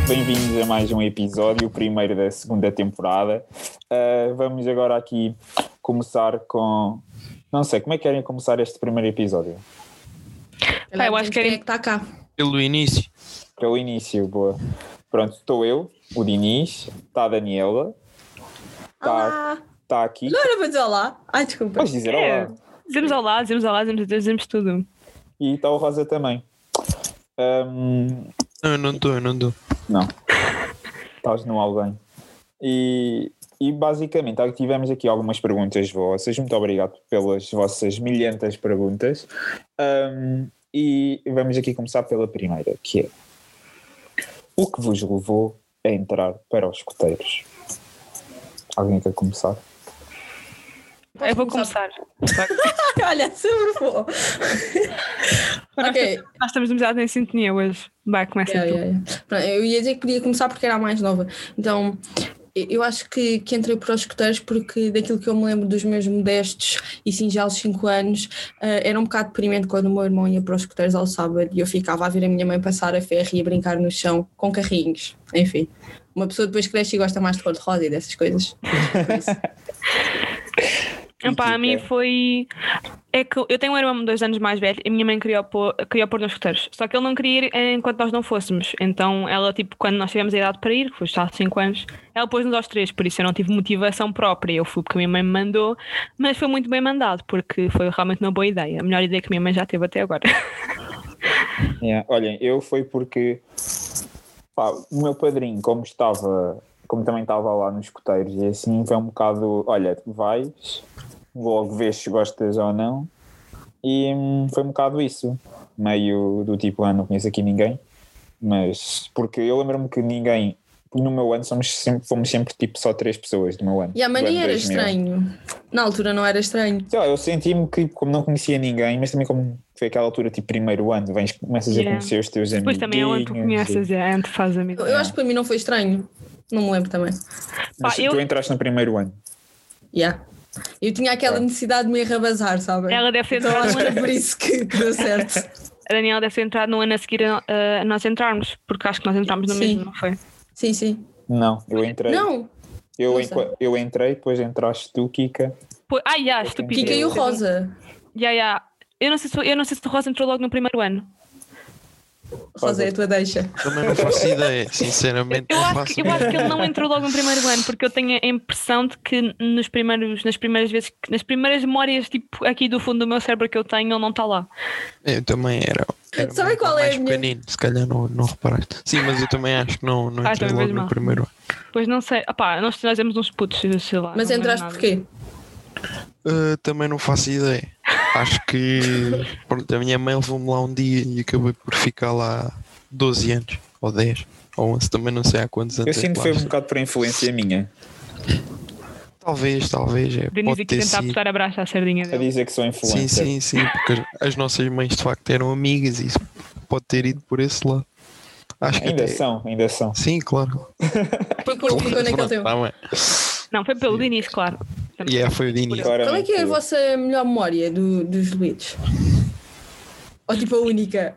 bem-vindos a mais um episódio, o primeiro da segunda temporada. Vamos agora aqui começar com... Não sei, como é que querem começar este primeiro episódio? Eu acho que quem é que está cá. pelo início. Pelo início, boa. Pronto, estou eu, o Diniz, está a Daniela, Olá. está aqui. Não era para dizer olá. Ai, desculpa. Podes dizer olá. Dizemos olá, dizemos tudo. E está o Rosa também. Não, eu não estou. Não. Estás no alguém. E basicamente tivemos aqui algumas perguntas vossas. Muito obrigado pelas vossas milhentas perguntas. E vamos aqui começar pela primeira, que é: o que vos levou a entrar para os escoteiros? Alguém quer começar? Eu vou começar. Olha, sempre vou. Ok. Nós estamos demasiado em sintonia hoje. Vai, começa tu. Pronto, eu ia dizer que podia começar porque era a mais nova. Então, eu acho que entrei para os escoteiros porque daquilo que eu me lembro dos meus modestos e singelos 5 anos, era um bocado deprimente quando o meu irmão ia para os escoteiros ao sábado e eu ficava a ver a minha mãe passar a ferro e a brincar no chão com carrinhos. Enfim, uma pessoa depois cresce e gosta mais de cor-de-rosa e dessas coisas. Por isso. A mim foi... É que eu tenho um irmão 2 anos mais velho e a minha mãe queria pôr nos escoteiros. Só que ele não queria ir enquanto nós não fôssemos. Então ela, tipo, quando nós tivemos a idade para ir, que foi já há 5 anos, ela pôs-nos aos 3. Por isso eu não tive motivação própria. Eu fui porque a minha mãe me mandou, mas foi muito bem mandado, porque foi realmente uma boa ideia. A melhor ideia que a minha mãe já teve até agora. Olhem, eu fui porque o meu padrinho, como também estava lá nos escoteiros e assim, foi um bocado, olha, vais, logo vês se gostas ou não, e foi um bocado isso, meio do tipo, não conheço aqui ninguém, mas porque eu lembro-me que ninguém, no meu ano fomos sempre tipo só 3 pessoas do meu ano. Mas nem era estranho, na altura não era estranho. Sei lá, eu senti-me que como não conhecia ninguém, mas também como foi aquela altura tipo primeiro ano, começas a conhecer os teus amigos. Depois também é onde tu conheces, onde fazes amigos. Eu acho que para mim não foi estranho, não me lembro também. Mas tu entraste no primeiro ano. Eu tinha aquela necessidade de me arrabazar, sabem? Ela deve ter então entrado acho que é por isso que deu certo. A Daniela deve ter entrado no ano a seguir a nós entrarmos, porque acho que nós entramos no mesmo, não foi? Sim. Não, eu entrei. Não. Eu entrei, depois entraste tu, Kika. Estúpido. Kika e o Rosa. Eu não sei se o Rosa entrou logo no primeiro ano. Rosa, é a tua deixa. Também não faço ideia, sinceramente. Eu acho que ele não entrou logo no primeiro ano, porque eu tenho a impressão de que nas primeiras vezes, nas primeiras memórias, tipo, aqui do fundo do meu cérebro que eu tenho, ele não está lá. Eu também era sabe qual é mais a minha... pequenino, se calhar não reparaste. Sim, mas eu também acho que não entrei logo no primeiro ano. Pois não sei, nós temos uns putos, sei lá. Mas entraste porquê? Também não faço ideia. Acho que a minha mãe levou-me lá um dia e acabei por ficar lá 12 anos, ou 10, ou 11, também não sei há quantos anos. Eu sinto que foi um bocado por influência minha. Talvez. Denise aqui tentar puxar a braça à sardinha dele. A dizer que sou influencer. Sim, porque as nossas mães de facto eram amigas e isso pode ter ido por esse lado. Acho que ainda são. Sim, claro. Foi quando é que ele teve? Não, foi pelo Diniz, claro. Foi o Diniz. Qual é que é a vossa melhor memória dos Luídos? Ou tipo a única?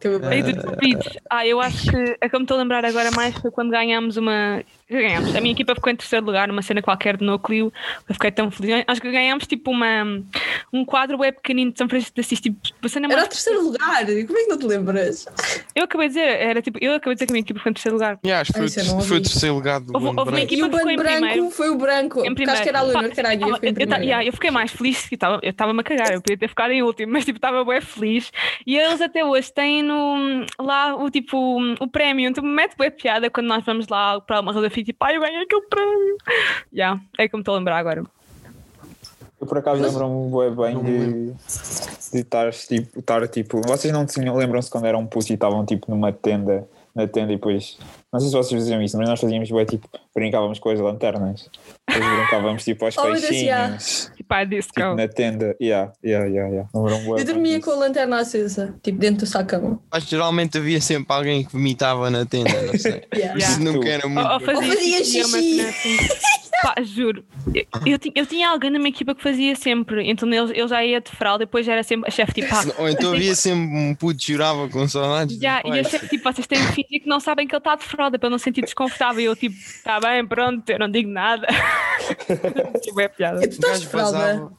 Eu acho que a que eu me estou a lembrar agora mais foi quando ganhámos a minha equipa ficou em terceiro lugar numa cena qualquer de núcleo. Eu fiquei tão feliz. Acho que ganhámos tipo um quadro web pequenino de São Francisco de Assis, tipo, era o terceiro lugar, como é que não te lembras? Eu acabei de dizer que a minha equipa ficou em terceiro lugar. Acho que foi o terceiro lugar do Houve uma branco. equipa E o bando branco foi o branco. Porque acho que era a Leonor, caralho, eu fiquei em primeiro. Eu fiquei mais feliz, eu estava-me a cagar, eu podia ter ficado em último, mas tipo, estava bem feliz. E eles até hoje têm lá o prémio, então me mete bem piada quando nós vamos lá para uma radiografia, tipo, eu ganhei aquele prémio. É que me estou a lembrar agora. Eu por acaso lembro-me bem de estar tipo, vocês não lembram-se quando eram putos e estavam tipo na tenda e depois, não sei se vocês faziam isso, mas nós fazíamos tipo, brincávamos com as lanternas, depois brincávamos tipo aos peixinhos, tipo, na tenda. Eu dormia com a lanterna acesa, tipo dentro do sacão. Mas geralmente havia sempre alguém que vomitava na tenda, não sei. Isso nunca era muito. Ou fazia xixi. Pá, juro. Eu tinha alguém na minha equipa que fazia sempre. Então ele já ia de fralda, depois já era sempre a chefe tipo. Ou então havia sempre um puto que chorava com saudades. Já, e a chefe tipo, vocês têm que fingir que não sabem que ele está de fralda para eu não sentir desconfortável. E eu tipo, está bem, pronto, eu não digo nada. Tipo, é piada. Tu estás de fralda?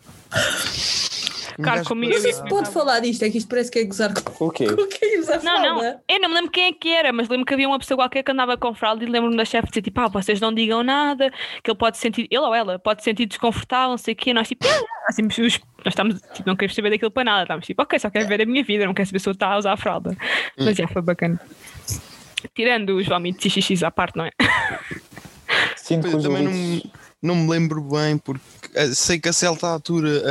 Cara, comigo. Não sei se pode falar disto, é que isto parece que é gozar com O quê? quem usa fralda. Não, eu não me lembro quem é que era, mas lembro que havia uma pessoa qualquer que andava com fralda e lembro-me da chefe dizer tipo, vocês não digam nada, que ele pode sentir, ele ou ela, pode sentir desconfortável, não sei o quê, nós tipo, assim, nós estamos, tipo, não queremos saber daquilo para nada, estamos tipo, ok, só quero ver a minha vida, não quero saber se eu está a usar a fralda. Mas já foi bacana. Tirando os vómitos e xixis à parte, não é? Sinto que os Também ouvidos... não me lembro bem, porque sei que a certa altura,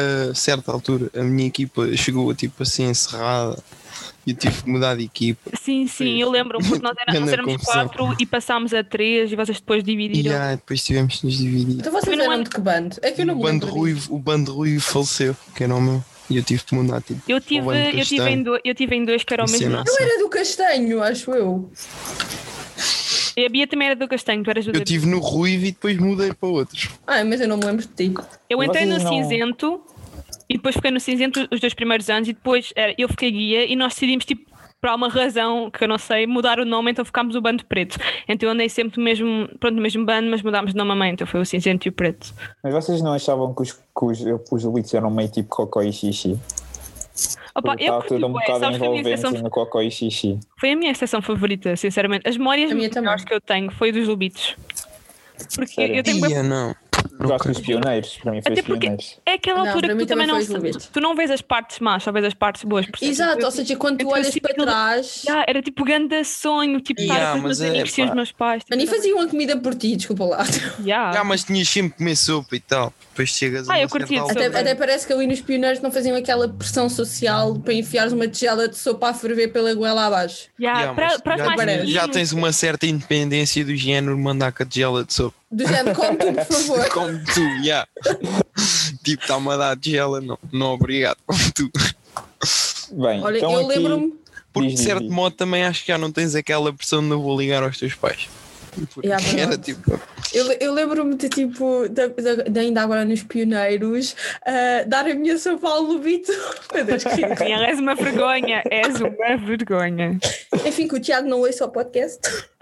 a minha equipa chegou tipo assim encerrada e eu tive que mudar de equipa. Sim, eu lembro-me, porque nós éramos confusão. 4 e passámos a 3 e vocês depois dividiram. E depois tivemos de nos dividir. Então vocês eram de que bando? É que eu não me lembro disso. O bando ruivo faleceu, que era o meu. E eu tive que mudar tipo. Eu tive em dois que era o mesmo. Eu era do castanho, acho eu. E a Bia também era do castanho, tu eras do Eu estive no ruivo e depois mudei para outros. Mas eu não me lembro de ti. Eu entrei no Vocês não- cinzento e depois fiquei no cinzento os 2 primeiros anos e depois eu fiquei guia e nós decidimos, tipo, por alguma razão que eu não sei, mudar o nome, então ficámos o bando preto. Então eu andei sempre no mesmo bando, mas mudámos de nome a mãe, então foi o cinzento e o preto. Mas vocês não achavam que os ouvidos eram meio tipo cocó e xixi? Opa, Porque eu está curti tudo um bué, bocado sabes que a minha envolvente sessão no cocó e xixi. foi a minha sessão favorita, sinceramente. As memórias A minha melhores também. que eu tenho foi dos lobitos. Porque Sério? eu tenho bué- Ia, não. Gosto dos pioneiros, para mim foi Até os porque pioneiros. é aquela Não, altura para que mim tu também também não foi os lobitos. tu não vês as partes más, só vês as partes boas. percebes? Exato, Eu, ou seja, quando tu então, olhas assim, para aquilo- trás. era tipo grande sonho, tipo estar Yeah, com os meus mas amigos e os pá. meus pais. Tipo, Nem faziam a comida por ti, desculpa lá. Mas tinhas sempre que comer sopa e tal. Depois chegas a eu uma curti certa de altura. Até parece que ali nos pioneiros não faziam aquela pressão social para enfiares uma tigela de sopa a ferver pela goela abaixo. Yeah, para mas os mais já pequeninos, já tens uma certa independência do género mandar com a tigela de sopa. Do género, come tu, por favor. Como tu, yeah. Tipo, está-me a dar tigela, não obrigado, como tu. Bem, Olha, então eu aqui... lembro-me. Porque Diz, de certo diz. modo também acho que já não tens aquela pressão de não vou ligar aos teus pais. Porque Yeah, era verdade. tipo. Eu lembro-me de tipo, de ainda agora nos pioneiros, dar a minha sopa ao lobito. Meu Deus, que ridículo. és uma vergonha, Enfim, que o Tiago não ouça o podcast.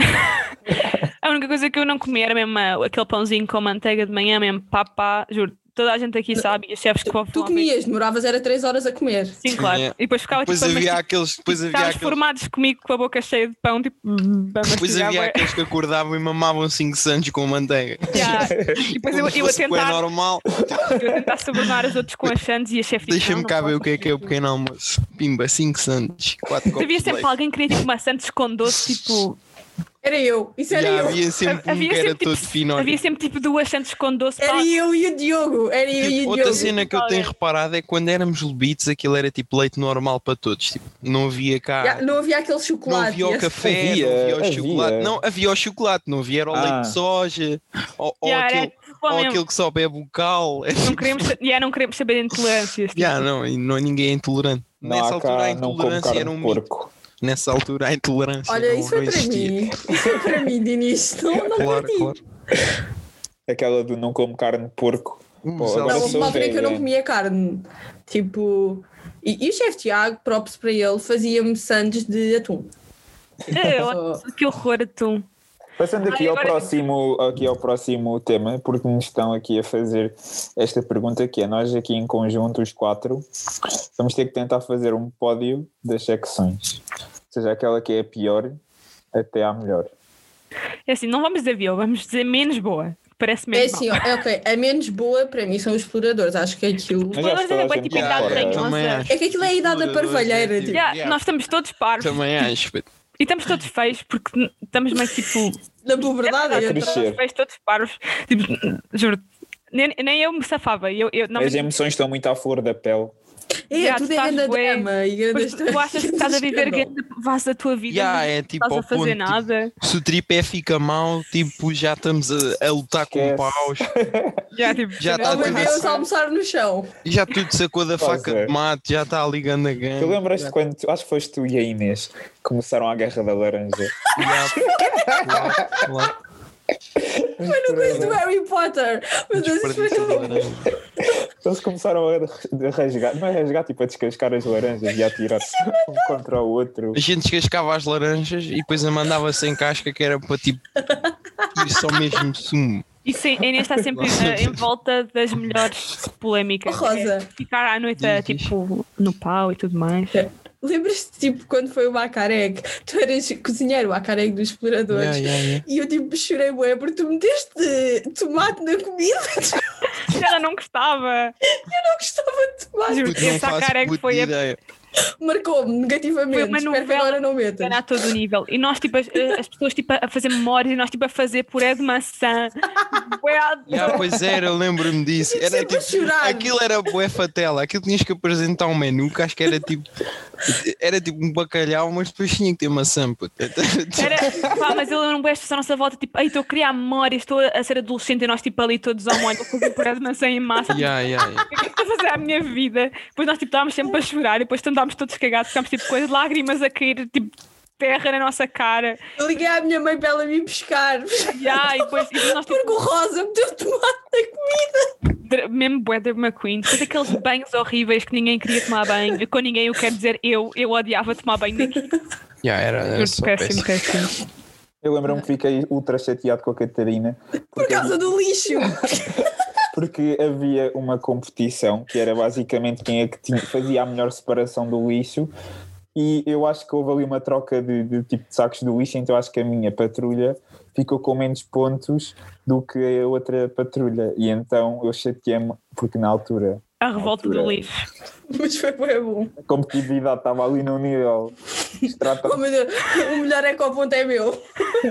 A única coisa que eu não comia era mesmo aquele pãozinho com manteiga de manhã, mesmo papá, juro. Toda a gente aqui sabe, e os chefes que vão Tu comias, demoravas, era 3 horas a comer. Sim, claro. Yeah. E depois ficava Depois tipo, havia aqueles. Depois havia estavas aqueles. formados comigo com a boca cheia de pão, tipo, Depois havia aqueles que acordavam e mamavam 5 santos com manteiga. E depois Como eu se a fosse bué tentar, normal. subornar os outros com as sandes e a chefe Deixa-me cá ver o que é o pequeno almoço. Pimba, 5 santos, 4 copos Havia de sempre leite. alguém que queria tipo uma sandes com doce, tipo. Era eu, isso era Já eu. havia sempre um que era sempre, todo tipo, fino. havia sempre tipo 2 sandes com doce. Era eu e o Diogo. Era eu e o Outra Diogo. cena que eu tenho reparado é que quando éramos lobitos aquilo era tipo leite normal para todos. Tipo, não havia cá. Não havia aquele Não chocolate. havia o esse- café, Havia, não havia o havia. chocolate. Não, havia o chocolate, não havia era o leite de soja. Ou aquele que só bebe o cal. Não queremos saber de intolerâncias. Tipo. Não, e ninguém é intolerante. Não Nessa há altura a cá, não como intolerância carne era um de mito. porco. Nessa altura a intolerância Olha, não, isso foi não para existia. mim. Isso foi para mim, de início. Não Claro, para ti. claro. Aquela do não como carne de porco. Pô, Sei lá, agora Não, houve sou uma altura em que eu não vegan. comia carne. Tipo. E o chefe Tiago, props para ele, fazia-me sandes de atum. Que horror, atum. Passando aqui, Agora- ao próximo tema, porque nos estão aqui a fazer esta pergunta que é, nós aqui em conjunto, os 4, vamos ter que tentar fazer um pódio das secções. Ou seja, aquela que é a pior até à melhor. É assim, não vamos dizer pior, vamos dizer menos boa. Parece É menos assim, mal. ok. A menos boa para mim são os exploradores. Acho que aquilo. Mas acho que toda a Mas é gente tipo a idade concorda. ranhosa. Também acho. É que aquilo é a idade da parvalheira. Tipo. Nós estamos todos parvos Também acho. e estamos todos feios porque estamos meio tipo. Na puberdade. A eu crescer. entro- Todos feios, todos parvos. Tipo, juro. Nem eu me safava. Eu não As emoções estão muito à flor da pele. É, tu tudo é estás grande bué. drama e grande Mas tu achas que estás a viver grande fase da tua vida, Yeah, não é tipo estás ao a fazer ponto, nada. Se o tripé fica mal, tipo, já estamos a lutar com Esquece. paus. Já Oh tá meu tudo Deus, assim. almoçar no chão. Já tudo sacou da Pois faca é. de mate, já está ligando a gangue. Tu lembras-te quando, acho que foste tu e a Inês, começaram a Guerra da Laranja. Claro. Foi no coisa do Harry Potter. Meu Deus, isso foi Desperdício de tão... laranja. Eles começaram a rasgar, não é rasgar, tipo a descascar as laranjas e a atirar um contra o outro. A gente descascava as laranjas e depois a mandava sem casca, que era para tipo ir só mesmo sumo. Isso a Inês está sempre em volta das melhores polémicas. Rosa. É ficar à noite Diz. tipo no pau e tudo mais. Lembras-te, tipo, quando foi o Macareg? Tu eras cozinheiro, o Macareg dos exploradores. Yeah. E eu, tipo, chorei bué porque tu meteste tomate na comida. Ela não gostava. Eu não gostava de tomate. Juro. Puto, não Essa faço cara é que puta foi a- ideia. Marcou-me negativamente. Foi uma Espero que novela agora não metas. Era a todo nível. E nós, tipo, as pessoas tipo, a fazer memórias e nós, tipo, a fazer puré de maçã. Pois era, eu lembro-me disso. Tive Era sempre a tipo, chorar. aquilo era bué fatela. Aquilo tinhas que apresentar um menu que acho que era tipo um bacalhau, mas depois tinha que ter maçã. Puto. Mas eu lembro-me desta à nossa volta, tipo, ei, estou a criar memórias, estou a ser adolescente e nós, tipo, ali todos ao molho, a fazer puré de maçã em massa. Yeah. O que é que estou a fazer à minha vida? Depois nós, tipo, estávamos sempre a chorar e depois andámos todos cagados, ficámos, tipo, com as lágrimas a cair, tipo, terra na nossa cara. Eu liguei à minha mãe para ela me pescar. E depois nós, tipo, Porque o Rosa meteu tomate na comida. mesmo bué da McQueen, depois aqueles banhos horríveis que ninguém queria tomar banho, com ninguém eu quero dizer eu odiava tomar banho naquilo. Era só péssimo. Péssimo. Eu lembro-me que fiquei ultra chateado com a Catarina Por causa do lixo. porque havia uma competição que era basicamente quem é que fazia a melhor separação do lixo, e eu acho que houve ali uma troca de tipo de sacos do lixo, então acho que a minha patrulha ficou com menos pontos do que a outra patrulha, e então eu chateei-me porque na altura A revolta do lixo. Mas foi bem bom. a competitividade estava ali num nível Oh, meu Deus. O melhor é que o ponto é meu.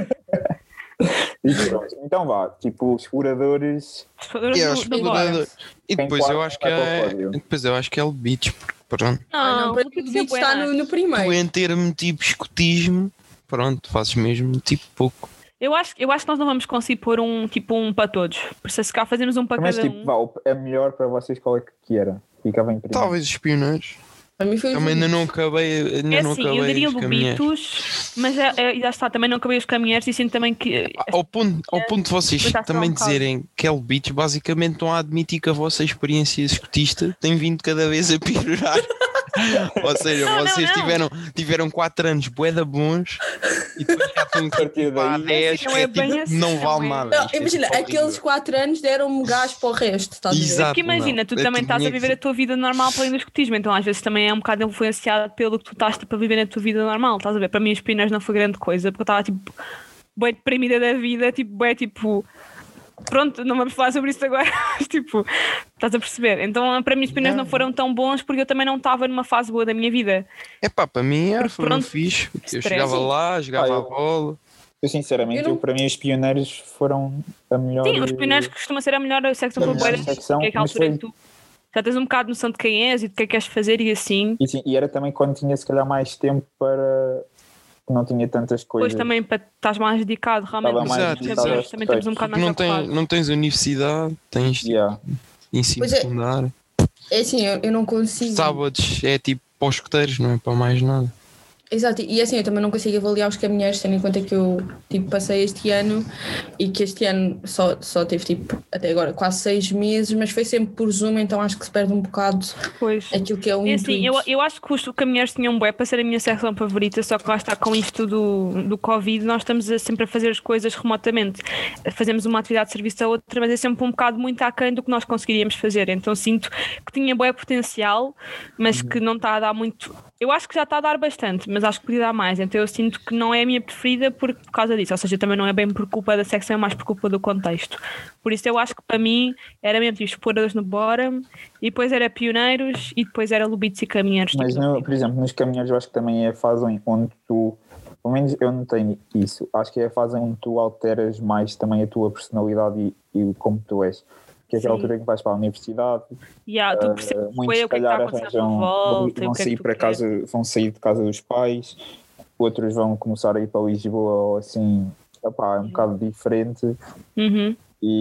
e pronto. Então vá, tipo os exploradores. E Do- os do exploradores. Boris. E Quem depois eu quarto acho que vai para o é. pódio. Depois eu acho que é o Beach, pronto. Não, para o mim o Beach bicho está no Tu primeiro. em termo tipo escotismo, pronto, fazes mesmo tipo pouco. Eu acho que nós não vamos conseguir pôr um para todos. Por isso, se cá fazemos um para Mas cada tipo, um. vá, a melhor para vocês qual é que era? Ficava em primeiro. Talvez os pioneiros. Para mim foi Também ainda não acabei. É assim, eu diria Lobitos, mas já está, também não acabei os caminhões e sinto também que. Ao ponto de vocês Mas está só também um bocado. dizerem que é o Beach, basicamente estão a admitir que a vossa experiência escotista tem vindo cada vez a piorar. Ou seja, Não, vocês não. tiveram 4 anos bué da bons e depois já estão partir tipo, há daí- 10 Não que é é bem tipo, assim, não não vale é? nada. Não, Isto é imagina, tipo aqueles horrível. 4 anos deram-me gás para o resto, estás a ver? Exato. Porque imagina, tu não. também Tu estás a tinha viver que a tua vida normal para além do escotismo, então às vezes também é um bocado influenciado pelo que tu estás tipo, a viver na tua vida normal, estás a ver? Para mim os pioneiros não foi grande coisa, porque eu estava tipo bem deprimida da vida, tipo, bem tipo. Pronto, não vamos falar sobre isso agora, mas tipo, estás a perceber? Então, para mim, os pioneiros não foram tão bons porque eu também não estava numa fase boa da minha vida. Epá, para mim foi Pronto, muito fixe. Eu stress. chegava lá, jogava a eu- bola. Eu sinceramente, Eu não- para mim os pioneiros foram a melhor. Sim, os pioneiros costuma ser a melhor secção A que melhor eu secção, que é aquela mas altura foi- em que tu já tens um bocado de noção de quem és e do que é que queres fazer e assim. E, sim, e era também quando tinha se calhar mais tempo para. Não tinha tantas coisas. Depois também para estás mais dedicado realmente. Estava mais Exato, dedicado aos Também temos um bocado mais Não, ocupado. não tens universidade, tens tipo, Yeah. ensino Pois é. secundário. É assim, eu não consigo. Sábados é tipo para os escoteiros, não é para mais nada. Exato, e assim, eu também não consigo avaliar os caminheiros, tendo em conta que eu tipo, passei este ano e que este ano só teve tipo, até agora quase 6 meses, mas foi sempre por Zoom, então acho que se perde um bocado Pois. aquilo que é o É assim, intuito. eu acho que os caminheiros tinham um bué para ser a minha secção favorita, só que lá está com isto do Covid, nós estamos sempre a fazer as coisas remotamente. Fazemos uma atividade de serviço a outra, mas é sempre um bocado muito aquém do que nós conseguiríamos fazer. Então sinto que tinha bué potencial, mas que não está a dar muito. Eu acho que já está a dar bastante, mas acho que podia dar mais. Então eu sinto que não é a minha preferida por causa disso. Ou seja, também não é bem por culpa da secção, é mais por culpa do contexto. Por isso eu acho que para mim era mesmo tipo exploradores no bottom, e depois era pioneiros, e depois era lobitos e caminheiros. Mas, tipo, por exemplo, nos caminhões eu acho que também é a fase onde tu, pelo menos eu não tenho isso, acho que é a fase onde tu alteras mais também a tua personalidade e como tu és. Que é aquela Sim. altura em que vais para a universidade, tu percebes muitos bem se o que é que está a calhar acontecer à tua arranjam, volta, vão o que é que sair tu para queres. casa, vão sair de casa dos pais, outros vão começar a ir para Lisboa ou assim, opá, é um bocado diferente. Uhum.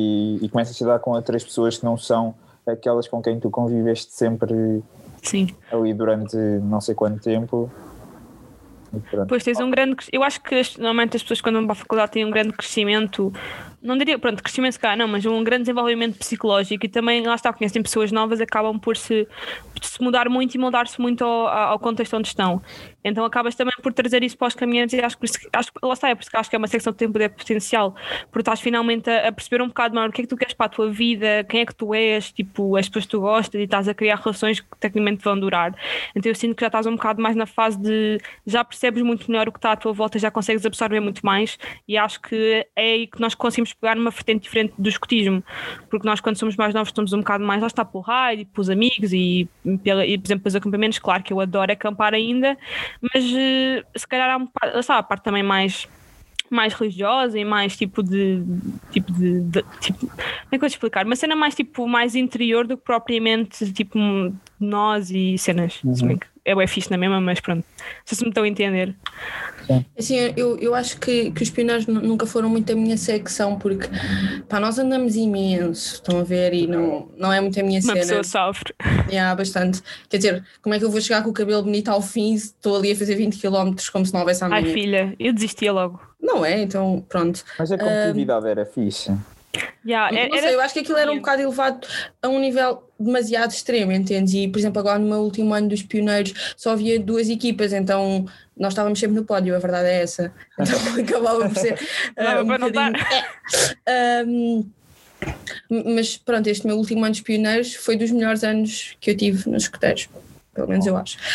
E começas a dar com outras pessoas que não são aquelas com quem tu conviveste sempre Sim. ali durante não sei quanto tempo. E pronto. Depois tens um grande. Eu acho que normalmente as pessoas quando vão para a faculdade têm um grande crescimento não diria, pronto, crescimento se calhar não, mas um grande desenvolvimento psicológico e também, lá está, conhecem pessoas novas, acabam por se mudar muito e moldar-se muito ao contexto onde estão. Então acabas também por trazer isso para os caminhantes e acho que lá está, é por isso que acho que é uma secção de tempo de potencial, porque estás finalmente a perceber um bocado mais o que é que tu queres para a tua vida, quem é que tu és, tipo, as pessoas que tu gostas e estás a criar relações que tecnicamente vão durar. Então eu sinto que já estás um bocado mais na fase de já percebes muito melhor o que está à tua volta, já consegues absorver muito mais e acho que é aí que nós conseguimos pegar numa vertente diferente do escotismo, porque nós quando somos mais novos estamos um bocado mais lá está pelo raio, pelos amigos e por exemplo pelos acampamentos, claro que eu adoro acampar ainda, mas se calhar há a parte também mais religiosa e mais tipo de como é que eu vou explicar? Uma cena mais tipo mais interior do que propriamente tipo nós e cenas. É fixe na mesma, mas pronto, não sei se me estão a entender. Assim, eu acho que os pioneiros nunca foram muito a minha secção, porque pá, nós andamos imenso, estão a ver, e não é muito a minha cena. Uma pessoa sofre. Bastante. Quer dizer, como é que eu vou chegar com o cabelo bonito ao fim se estou ali a fazer 20 km como se não houvesse amanhã? Ai filha, eu desistia logo. Não é? Então pronto. Mas a competitividade era fixe. Não sei, eu acho que aquilo era um bocado elevado a um nível demasiado extremo, entendes? E, por exemplo, agora no meu último ano dos pioneiros só havia 2 equipas, então nós estávamos sempre no pódio, a verdade é essa. Então acabava por ser mas pronto, este meu último ano dos pioneiros foi dos melhores anos que eu tive nos escoteiros. Pelo menos eu acho.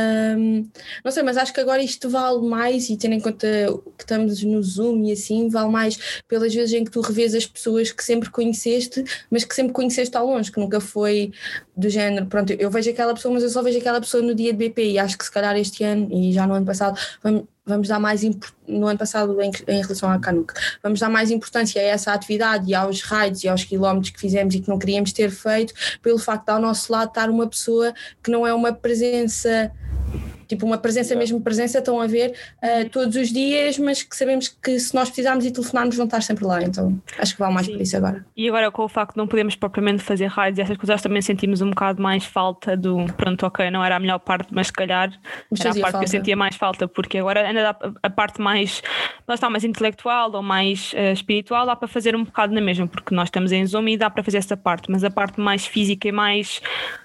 Não sei, mas acho que agora isto vale mais, e tendo em conta que estamos no Zoom e assim, vale mais pelas vezes em que tu revês as pessoas que sempre conheceste, mas que sempre conheceste ao longe, que nunca foi do género, pronto, eu vejo aquela pessoa, mas eu só vejo aquela pessoa no dia de BP, e acho que se calhar este ano, e já no ano passado, vamos dar mais, no ano passado em relação à Canuck, vamos dar mais importância a essa atividade e aos raids e aos quilómetros que fizemos e que não queríamos ter feito, pelo facto de ao nosso lado estar uma pessoa que não é uma presença, tipo uma presença mesmo presença, estão a ver todos os dias, mas que sabemos que se nós precisarmos e telefonarmos vão estar sempre lá, então acho que vale mais por isso agora. E agora com o facto de não podemos propriamente fazer raids e essas coisas, também sentimos um bocado mais falta do, pronto, ok, não era a melhor parte, mas se calhar era a parte que eu sentia mais falta, porque agora ainda dá a parte mais, lá está, mais intelectual ou mais espiritual, dá para fazer um bocado na mesma, porque nós estamos em Zoom e dá para fazer essa parte, mas a parte mais física e mais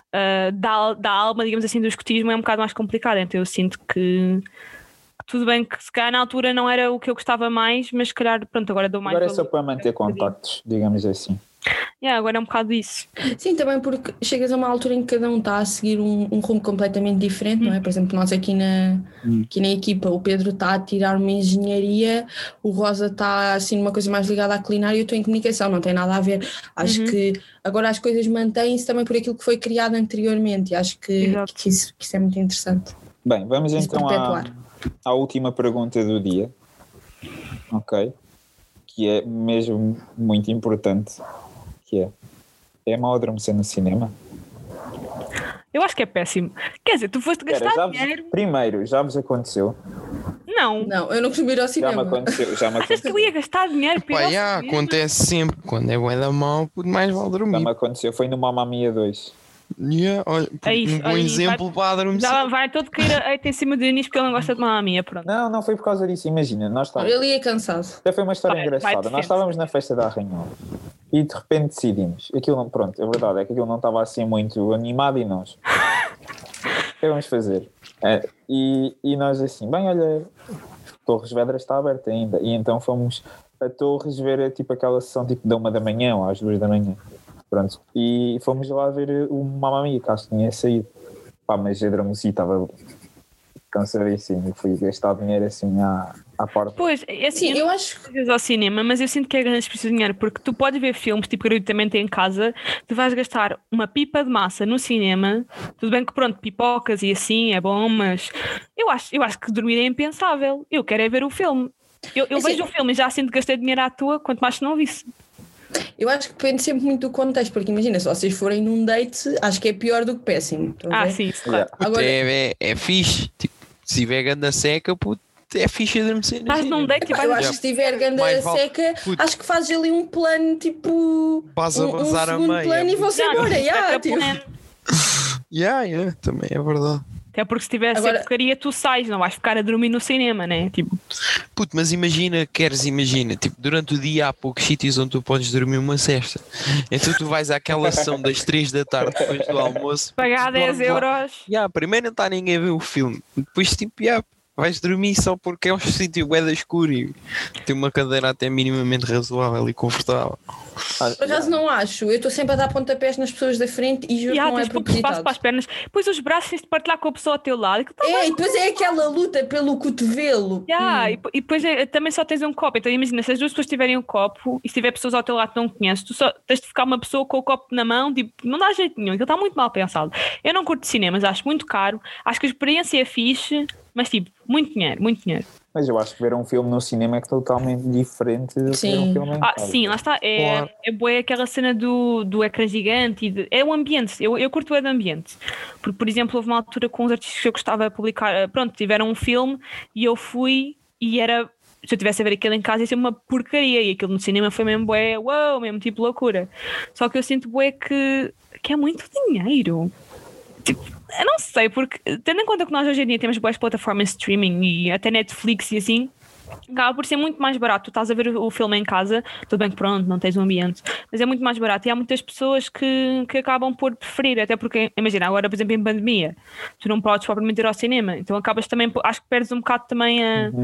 da alma, digamos assim, do escotismo é um bocado mais complicado, então eu sinto que tudo bem que se calhar na altura não era o que eu gostava mais, mas se calhar pronto, agora dou mais agora valor. É só para manter contactos, digamos assim. Agora é um bocado isso. Sim, também porque chegas a uma altura em que cada um está a seguir um rumo completamente diferente, não é? Por exemplo, nós aqui na equipa, o Pedro está a tirar uma engenharia, o Rosa está assim numa coisa mais ligada à culinária e eu estou em comunicação, não tem nada a ver. Acho que agora as coisas mantêm-se também por aquilo que foi criado anteriormente e acho que isso é muito interessante. Bem, vamos então à última pergunta do dia, ok? Que é mesmo muito importante, que é mau adormecer no cinema? Eu acho que é péssimo. Quer dizer, tu foste gastar dinheiro... Primeiro, já vos aconteceu? Não, eu não costumo ir ao cinema. Já me aconteceu. Achas que eu ia gastar dinheiro para ir ao cinema? Acontece sempre. Quando é bué da mal, mais vale dormir. Já me aconteceu, foi no Mamma Mia 2. Olha, um bom exemplo para adormecer. Já vai todo cair em cima de Inês porque ele não gosta de Mamma Mia, pronto. Não foi por causa disso, imagina, nós estávamos... Ele ia cansado. Até foi uma história engraçada, nós estávamos na festa da Arranhol e de repente decidimos, aquilo não, pronto, a verdade é que aquilo não estava assim muito animado e nós, o que vamos fazer? E nós assim, bem, olha, Torres Vedras está aberta ainda, e então fomos a Torres ver tipo aquela sessão tipo da 1 da manhã ou às 2 da manhã. Pronto, e fomos lá ver o Mamma Mia, que acho que tinha saído. Pá, mas eu adormeci, estava cansadíssimo e fui gastar dinheiro assim à porta. Pois, assim, eu acho que vais ao cinema, mas eu sinto que é grande desperdício de dinheiro, porque tu podes ver filmes tipo gratuitamente em casa, tu vais gastar uma pipa de massa no cinema, tudo bem que pronto, pipocas e assim é bom, mas eu acho que dormir é impensável. Eu quero é ver o filme. Eu assim, vejo o filme e já sinto que gastei dinheiro à toa, quanto mais se não visse. Eu acho que depende sempre muito do contexto, porque imagina, se vocês forem num date, acho que é pior do que péssimo. Sim, claro. Agora, é fixe, tipo, se tiver ganda seca, puto, é fixe adormecer. Estás num date e eu acho que se tiver ganda seca, acho que fazes ali um plano, tipo, vas a um segundo plano e vão-se embora. Também é verdade. Até porque se tivesse Agora- porcaria, tu sais, não vais ficar a dormir no cinema, né? Tipo, Puto, mas imagina, tipo, durante o dia há poucos sítios onde tu podes dormir uma cesta. Então tu vais àquela sessão das 3 da tarde depois do almoço. pagar tu dormes 10 lá. euros. Primeiro não está ninguém a ver o filme. Depois tipo, vais dormir só porque é um sítio bué da escuro e tem uma cadeira até minimamente razoável e confortável. Por acaso não acho. Eu estou sempre a dar pontapés nas pessoas da frente e juro que não é Tens pouco espaço propositado. para as pernas. Depois os braços tens de partilhar com a pessoa ao teu lado. Aquilo tá É, e depois é aquela luta pelo cotovelo. E depois também só tens um copo. Então imagina, se as duas pessoas tiverem um copo e se tiver pessoas ao teu lado que não conheces, tu só tens de ficar uma pessoa com o copo na mão, tipo, não dá jeito nenhum. Aquilo está muito mal pensado. Eu não curto de cinemas, acho muito caro. Acho que a experiência é fixe, mas tipo, muito dinheiro, muito dinheiro. Mas eu acho que ver um filme no cinema é totalmente diferente do que ver um Sim. filme em casa. Sim, lá está. Claro. É boa aquela cena do ecrã gigante. É o ambiente. Eu curto o ambiente. Porque, por exemplo, houve uma altura com uns artistas que eu gostava de publicar. Pronto, tiveram um filme e eu fui e era. Se eu tivesse a ver aquilo em casa ia ser uma porcaria. E aquilo no cinema foi mesmo bué, uau, mesmo tipo loucura. Só que eu sinto bué que é muito dinheiro. Tipo, eu não sei, porque tendo em conta que nós hoje em dia temos boas plataformas de streaming e até Netflix e assim, acaba por ser muito mais barato. Tu estás a ver o filme em casa, tudo bem que pronto, não tens um ambiente, mas é muito mais barato e há muitas pessoas que acabam por preferir, até porque, imagina, agora por exemplo em pandemia, tu não podes propriamente ir ao cinema, então acabas também, acho que perdes um bocado também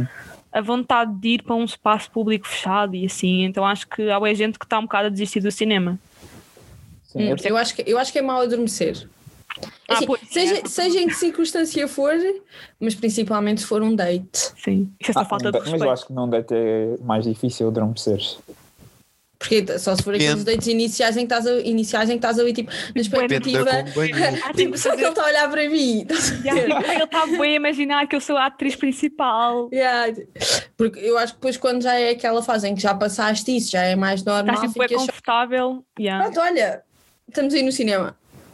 a vontade de ir para um espaço público fechado e assim, então acho que há boa gente que está um bocado a desistir do cinema. Sim, Eu acho que é mau adormecer. Assim, pois, seja em que circunstância for, mas principalmente se for um date. Sim, isso é só falta de mas respeito. eu acho que não deve ter mais difícil adormecer. Porque só se for aqueles dates iniciais em que estás ali tipo na expectativa. Depende da companhia. Tipo, só que ele está a olhar para mim. Estás a ver? Ele está bem a imaginar que eu sou a atriz principal. Yeah. Porque eu acho que depois quando já é aquela fase em que já passaste isso, já é mais normal. Estás tipo, é ficas só- confortável. Yeah. Pronto, olha, estamos aí no cinema.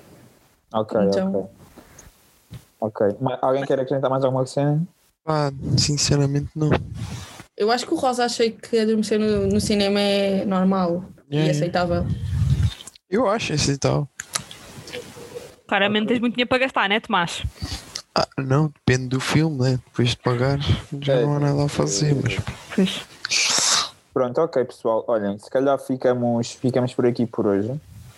Ok, Então. ok. Alguém quer acrescentar mais alguma cena? Sinceramente não. Eu acho que o Rosa achei que adormecer no cinema é normal e aceitável. Eu acho isso e tal. Claramente tens muito dinheiro para gastar, né, Tomás? Não, depende do filme, né? Depois de pagar já não há nada a fazer, mas Pois. Pronto, ok pessoal. Olhem, se calhar ficamos por aqui por hoje.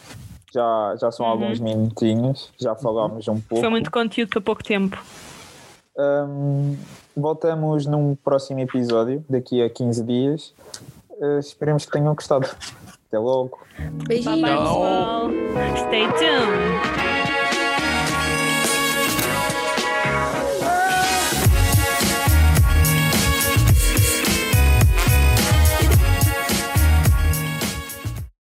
Já são alguns minutinhos, já falámos um pouco. Foi muito conteúdo para pouco tempo. Voltamos num próximo episódio, daqui a 15 dias. Esperemos que tenham gostado. Até logo. Beijinhos. Bye bye, pessoal. Stay tuned.